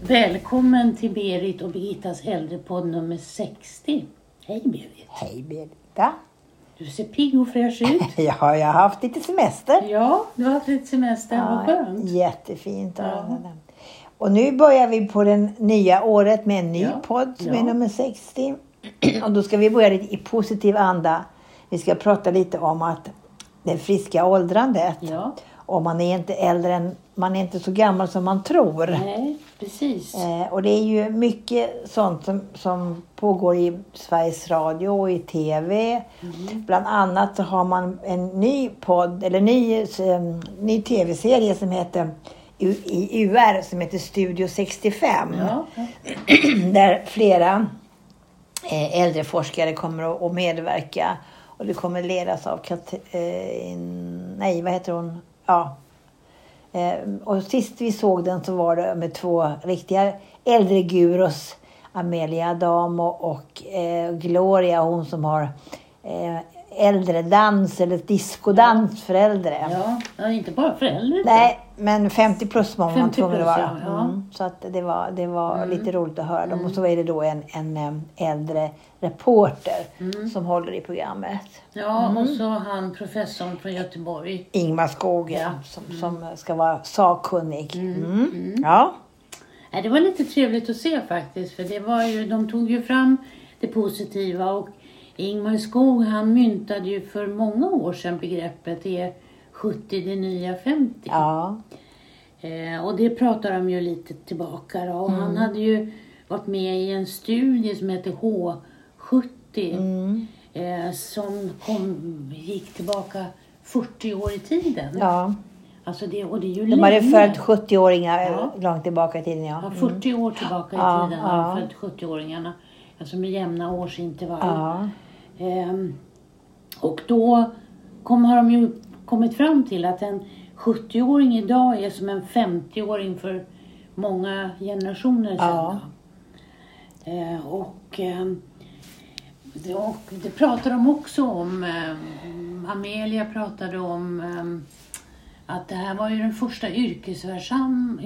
Välkommen till Berit och Birgittas äldrepodd nummer 60. Hej Berit. Hej Birgitta. Du ser pigg och fräsch ut. Ja, jag har haft lite semester. Ja, du har haft lite semester. Ja, vad skönt. Jättefint. Ja. Och nu börjar vi på det nya året med en ny podd som är Ja. nummer 60. Och då ska vi börja lite i positiv anda. Vi ska prata lite om att det friska åldrandet. Ja. Och man är inte äldre än, man är inte så gammal som man tror. Nej, precis. Och det är ju mycket sånt som pågår i Sveriges Radio och i TV. Bland annat så har man en ny podd eller ny tv-serie som heter i UR som heter Studio 65. Ja. Där flera äldre forskare kommer att medverka. Och det kommer ledas av vad heter hon? Ja. Och sist vi såg den så var det med två riktiga äldre gurus. Amelia Adam och Gloria, hon som har äldre dans eller diskodans för äldre. Ja, inte bara för äldre. Nej, men 50 plus många 50 tror det plus, var. ja. Så att det var lite roligt att höra dem. Och så är det då en äldre reporter som håller i programmet. Ja, och så han professorn från Göteborg. Ingmar Skog, som ska vara sakkunnig. Ja. Det var lite trevligt att se faktiskt. För det var ju, de tog ju fram det positiva. Och Ingmar Skog, han myntade ju för många år sedan begreppet är 70 det nya 50. Ja. Och det pratar de ju lite tillbaka då. Och han hade ju varit med i en studie som heter H70. Som gick tillbaka 40 år i tiden. Ja. Alltså det är ju De hade följt 70-åringar långt tillbaka i tiden. Ja, 40 år tillbaka i tiden har de följt 70-åringarna. Alltså med jämna årsintervall. Ja. Och då har de ju kommit fram till att en 70-åring idag är som en 50-åring för många generationer sedan. Ja. Och det pratar de också om. Amelia pratade om att det här var ju den första yrkesverksamma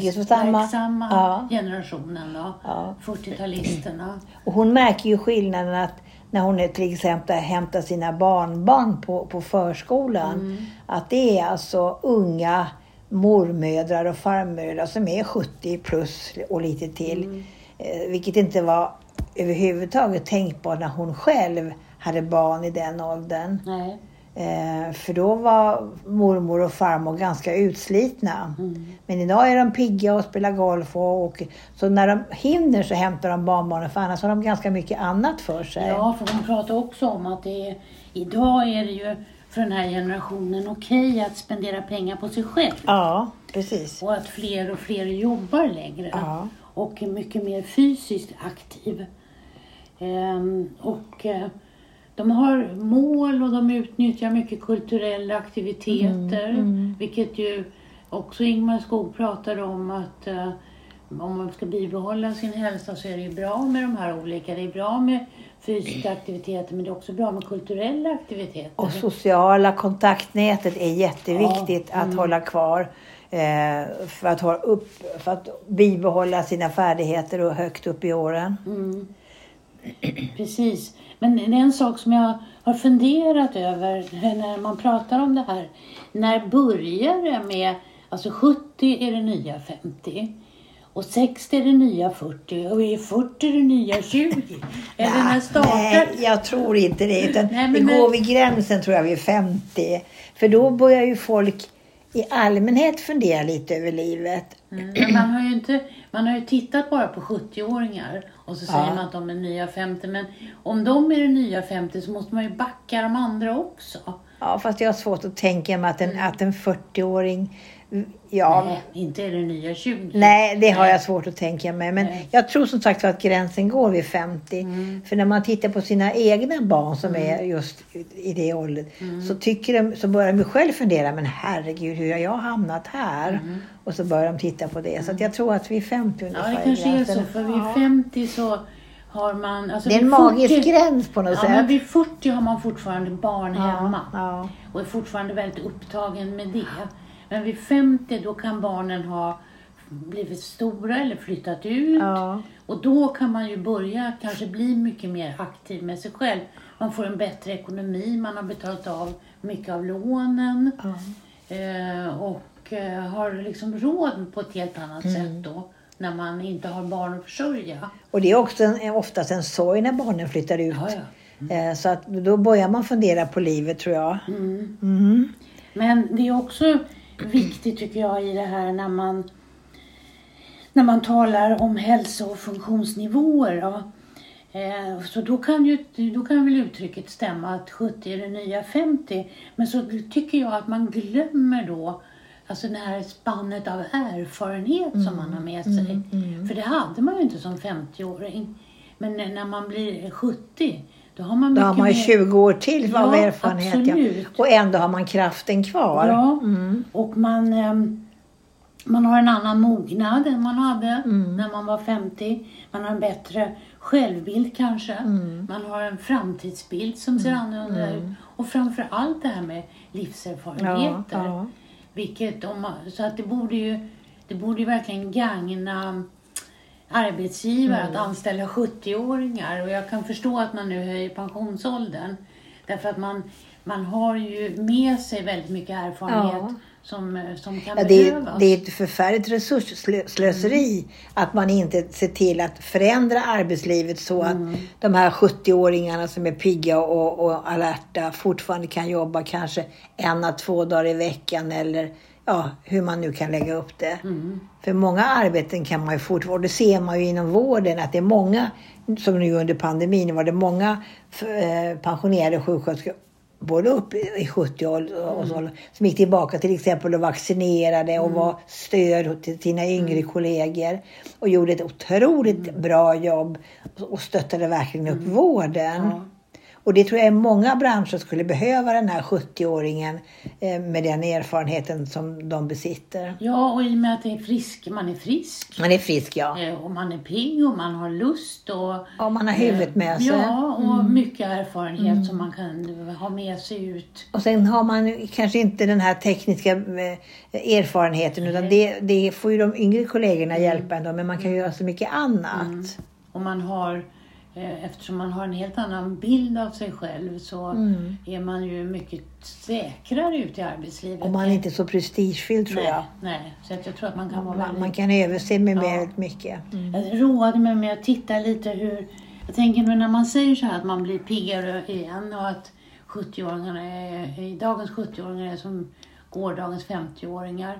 generationen då. Ja. 40-talisterna. Och hon märker ju skillnaden att när hon är till exempel hämtar sina barnbarn på förskolan. Att det är alltså unga mormödrar och farmödrar som är 70 plus och lite till. Vilket inte var överhuvudtaget tänkbart när hon själv hade barn i den åldern. Nej. För då var mormor och farmor ganska utslitna. Men idag är de pigga och spelar golf. Och så när de hinner så hämtar de barnbarnen. För annars har de ganska mycket annat för sig. Ja, för de pratar också om att idag är det ju för den här generationen okej att spendera pengar på sig själv. Ja, precis. Och att fler och fler jobbar längre. Ja. Och är mycket mer fysiskt aktiv. De har mål och de utnyttjar mycket kulturella aktiviteter. Vilket ju också Ingmar Skog pratade om att om man ska bibehålla sin hälsa så är det ju bra med de här olika. Det är bra med fysiska aktiviteter men det är också bra med kulturella aktiviteter. Och sociala kontaktnätet är jätteviktigt att hålla kvar. För att bibehålla sina färdigheter och högt upp i åren. Precis. Men det är en sak som jag har funderat över när man pratar om det här. När börjar det med, alltså 70 är det nya 50 och 60 är det nya 40 och är 40 det nya 20? Eller när startar? Nej, jag tror inte det. Utan det går vid gränsen tror jag vid 50. För då börjar ju folk i allmänhet fundera lite över livet. Men man har ju tittat bara på 70-åringar och så säger man att de är nya 50. Men om de är det nya 50 så måste man ju backa de andra också. Ja, fast jag har svårt att tänka mig att en 40-åring... Nej, inte är det nya 20. Nej, det har jag svårt att tänka mig. Men jag tror som sagt att gränsen går vid 50. För när man tittar på sina egna barn som är just i det åldern. Så börjar de själv fundera. Men herregud, hur har jag hamnat här? Och så börjar de titta på det. Så att jag tror att vid 50 ungefär. Ja, det kanske är så. För vid 50 så har man... Alltså det är en magisk gräns på något sätt. Men vid 40 har man fortfarande barn hemma. Ja. Och är fortfarande väldigt upptagen med det. Men vid 50 då kan barnen ha blivit stora eller flyttat ut. Ja. Och då kan man ju börja kanske bli mycket mer aktiv med sig själv. Man får en bättre ekonomi, man har betalat av mycket av lånen. Ja. Och har liksom råd på ett helt annat sätt då. När man inte har barn att försörja. Och det är också oftast en sorg när barnen flyttar ut. Ja. Så att då börjar man fundera på livet, tror jag. Men det är också viktigt, tycker jag, i det här när man talar om hälso- och funktionsnivåer. Då. Så då kan väl uttrycket stämma att 70 är det nya 50. Men så tycker jag att man glömmer då alltså det här spannet av erfarenhet som man har med sig. För det hade man ju inte som 50-åring. Men när man blir 70, då har man mycket Då har man 20 år till av erfarenhet. Absolut. Ja. Och ändå har man kraften kvar. Ja, och man har en annan mognad än man hade när man var 50. Man har en bättre självbild kanske. Man har en framtidsbild som ser annorlunda ut. Och framförallt det här med livserfarenheter. Ja. Vilket så att det borde ju verkligen gagna arbetsgivare att anställa 70-åringar. Och jag kan förstå att man nu höjer pensionsåldern. Därför att man har ju med sig väldigt mycket erfarenhet som kan behövas. Det är ett förfärligt resursslöseri att man inte ser till att förändra arbetslivet så att de här 70-åringarna som är pigga och alerta fortfarande kan jobba kanske 1-2 dagar i veckan eller hur man nu kan lägga upp det. För många arbeten kan man ju fortfarande, det ser man ju inom vården att det är många, som nu under pandemin var det många pensionerade sjuksköterskor både upp i 70 år som gick tillbaka till exempel och vaccinerade och var stöd till sina yngre kollegor och gjorde ett otroligt bra jobb och stöttade verkligen upp vården. Ja. Och det tror jag är många branscher skulle behöva den här 70-åringen med den erfarenheten som de besitter. Ja, och i och med att det är frisk, man är frisk. Man är frisk, ja. Och man är pigg och man har lust. Och man har huvudet med sig. Ja, och mycket erfarenhet som man kan ha med sig ut. Och sen har man kanske inte den här tekniska erfarenheten utan det får ju de yngre kollegorna hjälpa ändå. Men man kan göra så mycket annat. Och man har... Eftersom man har en helt annan bild av sig själv så är man ju mycket säkrare ute i arbetslivet. Och man är inte så prestigefylld tror jag. Nej, så att jag tror att man kan vara väldigt... Man kan överse med väldigt mycket. Jag roade mig med att titta lite hur... Jag tänker nu när man säger så här att man blir piggare igen och att 70-åringarna dagens 70-åringar är som gårdagens 50-åringar.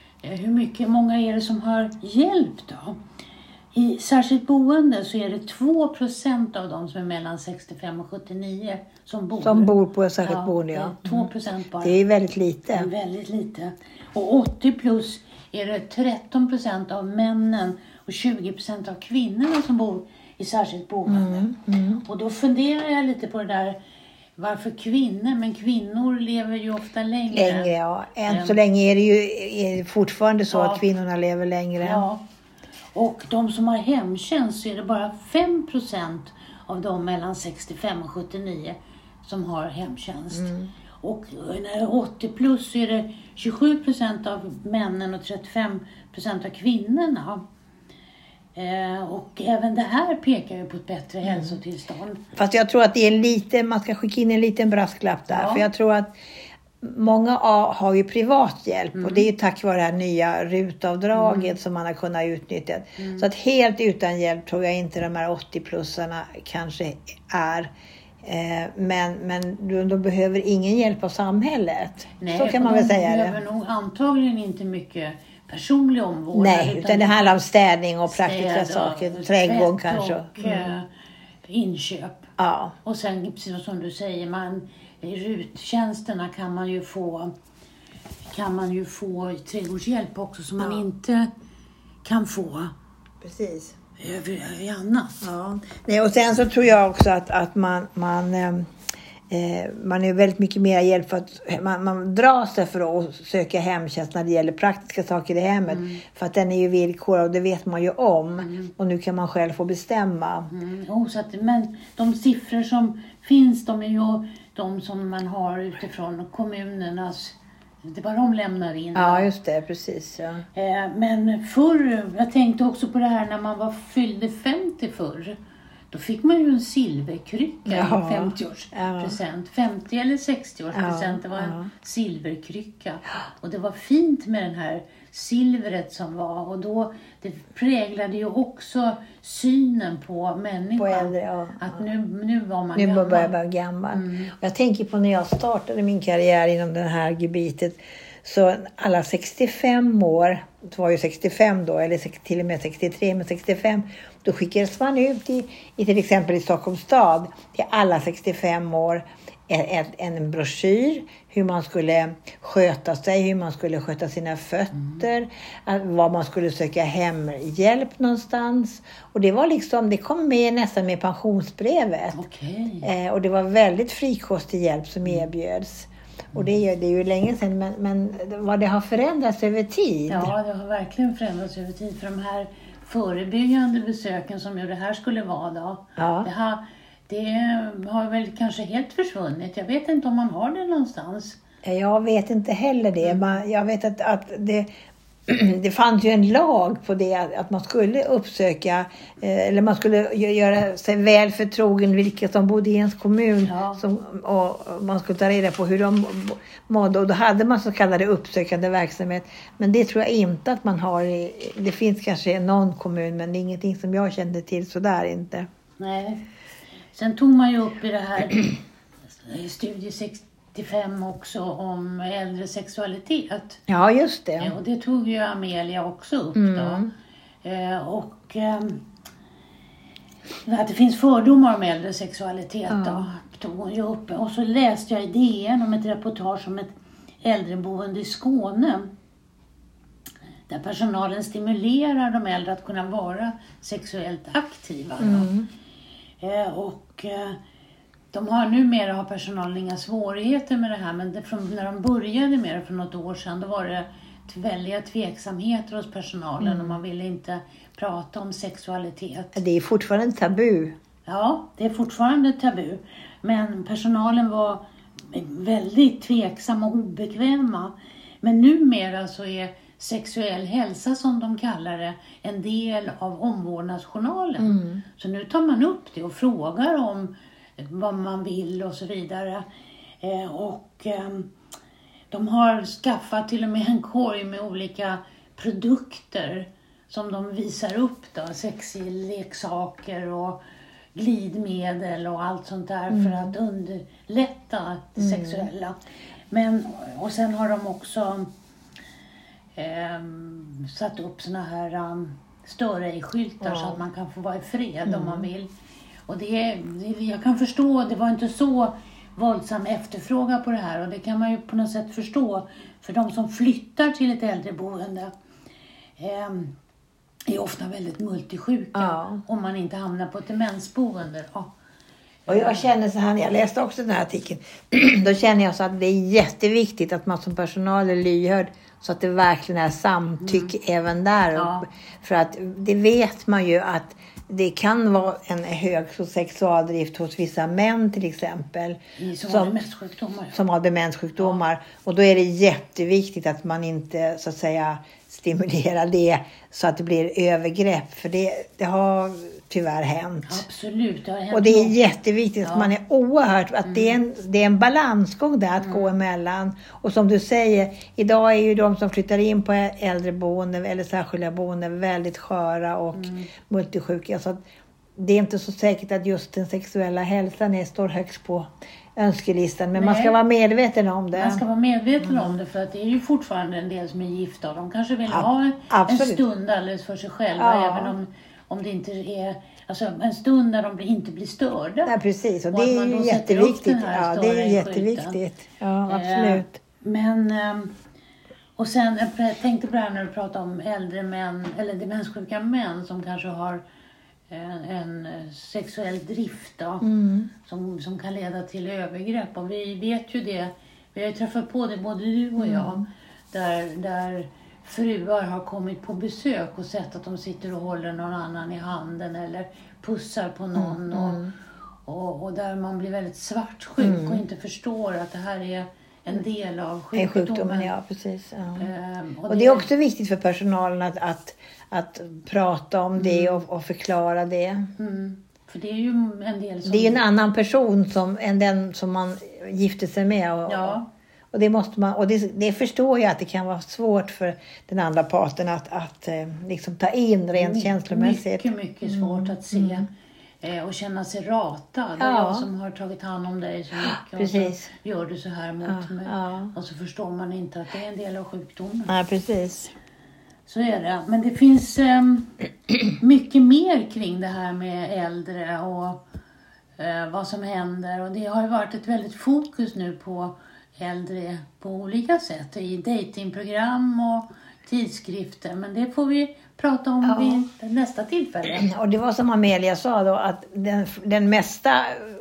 Hur många är det som har hjälp då? I särskilt boende så är det 2% av dem som är mellan 65 och 79 som bor. Som bor på ett särskilt boende, ja. 2% bara. Det är väldigt lite. Det är väldigt lite. Och 80 plus är det 13% av männen och 20% av kvinnorna som bor i särskilt boende. Och då funderar jag lite på det där. Varför kvinnor? Men kvinnor lever ju ofta längre. Ja. Än så länge är det ju fortfarande så att kvinnorna lever längre. Ja. Och de som har hemtjänst så är det bara 5% av dem mellan 65 och 79 som har hemtjänst. Och när det är 80 plus så är det 27% av männen och 35% av kvinnorna. Och även det här pekar ju på ett bättre hälsotillstånd. Fast jag tror att det är man ska skicka in en liten brasklapp där. För jag tror att många har ju privat hjälp och det är ju tack vare det här nya rutavdraget som man har kunnat utnyttja. Så att helt utan hjälp tror jag inte de här 80-plussarna kanske är. Men de behöver ingen hjälp av samhället. Nej, så kan man väl säga det. De behöver nog antagligen inte mycket personlig omvårdnad. Nej, utan det handlar om städning och praktiska saker. Trädgård kanske. Och inköp. Ja. Och sen precis som du säger, i ruttjänsterna kan man ju få trädgårdshjälp också som man inte kan få. Precis. Över annat. Ja. Nej, och sen så tror jag också att man är väldigt mycket mer hjälp för att man drar sig för att söka hemtjänst när det gäller praktiska saker i hemmet. För att den är ju villkorad och det vet man ju om. Och nu kan man själv få bestämma. Men de siffror som finns, de är ju de som man har utifrån kommunernas Det var de lämnar in. Ja, just det, precis. Ja. Men förr, jag tänkte också på det här när man fyllde 50 förr. Då fick man ju en silverkrycka i 50-årspresent. 50 eller 60-årspresent, det var en silverkrycka. Och det var fint med den här silvret som var. Och då, det präglade ju också synen på människan. På äldre, ja. Att nu var man nu gammal. Nu börjar jag vara gammal. Och jag tänker på när jag startade min karriär inom det här gebitet. Så alla 65 år, det var ju 65 då, eller till och med 63, men 65, då skickades man ut i till exempel i Stockholms stad till alla 65 år en broschyr hur man skulle sköta sig, hur man skulle sköta sina fötter, var man skulle söka hemhjälp någonstans. Och det var liksom, det kom med nästan med pensionsbrevet. Okay. Och det var väldigt frikostig hjälp som erbjöds. Och det är ju länge sedan, men vad det har förändrats över tid. Ja, det har verkligen förändrats över tid. För de här förebyggande besöken som ju det här skulle vara då. Ja. Det har väl kanske helt försvunnit. Jag vet inte om man har det någonstans. Jag vet inte heller det. Jag vet att det fanns ju en lag på det, att man skulle uppsöka eller man skulle göra sig väl förtrogen vilka som bodde i ens kommun, och man skulle ta reda på hur de mådde, och då hade man så kallade uppsökande verksamhet, men det tror jag inte att man har det finns kanske någon kommun, men det är ingenting som jag kände till så där inte. Nej. Sen tog man ju upp i det här studie 65 också om äldre sexualitet. Ja, just det. Och det tog ju Amelia också upp då. Och att det finns fördomar om äldre sexualitet då, tog hon ju upp. Och så läste jag i DN om ett reportage om ett äldreboende i Skåne. Där personalen stimulerar de äldre att kunna vara sexuellt aktiva. Och de har numera har personalen inga svårigheter med det här, men när de började med det för något år sedan, då var det väldiga tveksamheter hos personalen och man ville inte prata om sexualitet. Det är fortfarande tabu. Ja, det är fortfarande tabu, men personalen var väldigt tveksamma och obekväma. Men numera så är sexuell hälsa, som de kallar det, en del av omvårdnadsjournalen. Så nu tar man upp det och frågar om vad man vill och så vidare. Och de har skaffat till och med en korg med olika produkter som de visar upp då. Sexleksaker och glidmedel och allt sånt där för att underlätta det sexuella. Och sen har de också satt upp såna här stör ej-skyltar så att man kan få vara i fred om man vill. Och jag kan förstå, det var inte så våldsam efterfrågan på det här, och det kan man ju på något sätt förstå, för de som flyttar till ett äldreboende är ofta väldigt multisjuka om man inte hamnar på ett demensboende. Och jag känner så här, jag läste också den här artikeln, då känner jag så att det är jätteviktigt att man som personal är lyhörd, så att det verkligen är samtycke även där uppe. För att det vet man ju att det kan vara en hög sexualdrift hos vissa män till exempel. Som har demenssjukdomar. Och då är det jätteviktigt att man inte så att säga stimulerar det så att det blir övergrepp. För det har tyvärr hänt. Absolut, det har hänt. Och det är jätteviktigt att man är oerhört, att det är en balansgång där att gå emellan. Och som du säger, idag är ju de som flyttar in på äldreboende eller särskilda boende väldigt sköra och multisjuka. Så att det är inte så säkert att just den sexuella hälsan står högst på önskelistan. Men man ska vara medveten om det. Man ska vara medveten om det, för att det är ju fortfarande en del som är gifta. Och de kanske vill ha en stund alldeles för sig själva, även om det inte är, alltså en stund där de inte blir störda. Nej, precis. Och det är ju jätteviktigt. Ja, det är jätteviktigt. Ja, absolut. Men, och sen jag tänkte på det här när du pratade om äldre män, eller demenssjuka män som kanske har en sexuell drift då, som kan leda till övergrepp. Och vi vet ju det, vi har ju träffat på det både du och jag, där fruar har kommit på besök och sett att de sitter och håller någon annan i handen eller pussar på någon och där man blir väldigt svartsjuk och inte förstår att det här är en del av sjukdomen. Ja, precis. Ja. Och det är också viktigt för personalen att prata om det och förklara det. För det är ju en del som... Det är en annan person än den som man gifter sig med. Och det måste man, och det förstår jag att det kan vara svårt för den andra parten att liksom ta in rent känslomässigt. Mycket svårt att se och känna sig ratad. Det är jag som har tagit hand om dig så mycket. Precis. Och så gör du så här mot mig. Och så förstår man inte att det är en del av sjukdomen. Nej, precis. Så är det. Men det finns mycket mer kring det här med äldre och vad som händer. Och det har ju varit ett väldigt fokus nu på äldre på olika sätt. I datingprogram och tidskrifter. Men det får vi prata om vid nästa tillfälle. Och det var som Amelia sa då, att den mesta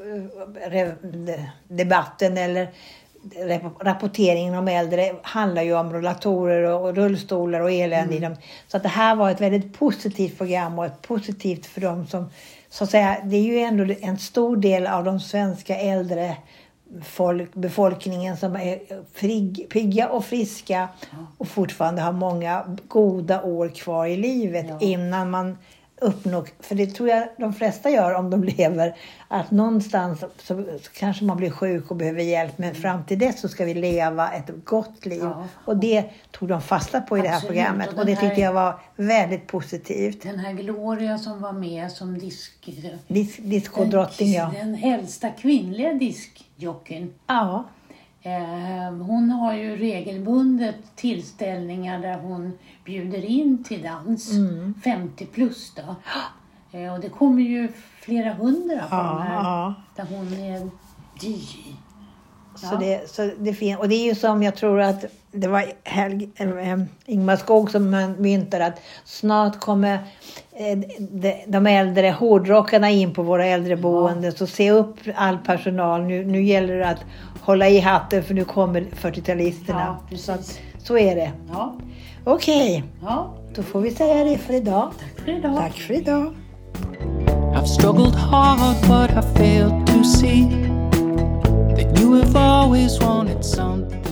debatten eller rapporteringen om äldre handlar ju om rollatorer och rullstolar och elände i dem. Så att det här var ett väldigt positivt program och ett positivt för dem som, så att säga, det är ju ändå en stor del av de svenska äldre befolkningen som är pigga och friska och fortfarande har många goda år kvar i livet innan man uppnår, för det tror jag de flesta gör om de lever, att någonstans så kanske man blir sjuk och behöver hjälp, men fram till dess så ska vi leva ett gott liv. Och det tog de fasta på i det här programmet och det tyckte jag var väldigt positivt. Den här Gloria som var med som diskodrottning, den äldsta kvinnliga diskjockeyn. Ja. Hon har ju regelbundet tillställningar där hon bjuder in till dans. 50 plus då. Och det kommer ju flera hundra på de här. Där hon är DJ. Så det finns, och det är ju som jag tror att det var Ingmar Skog som myntade att snart kommer de äldre hårdrockarna in på våra äldreboenden. Så se upp all personal. Nu gäller det att hålla i hatten för nu kommer 40-talisterna. Så är det. Ja. Okej. Då får vi säga det för idag. Tack för idag. I've struggled hard but I failed to see that you have always wanted something.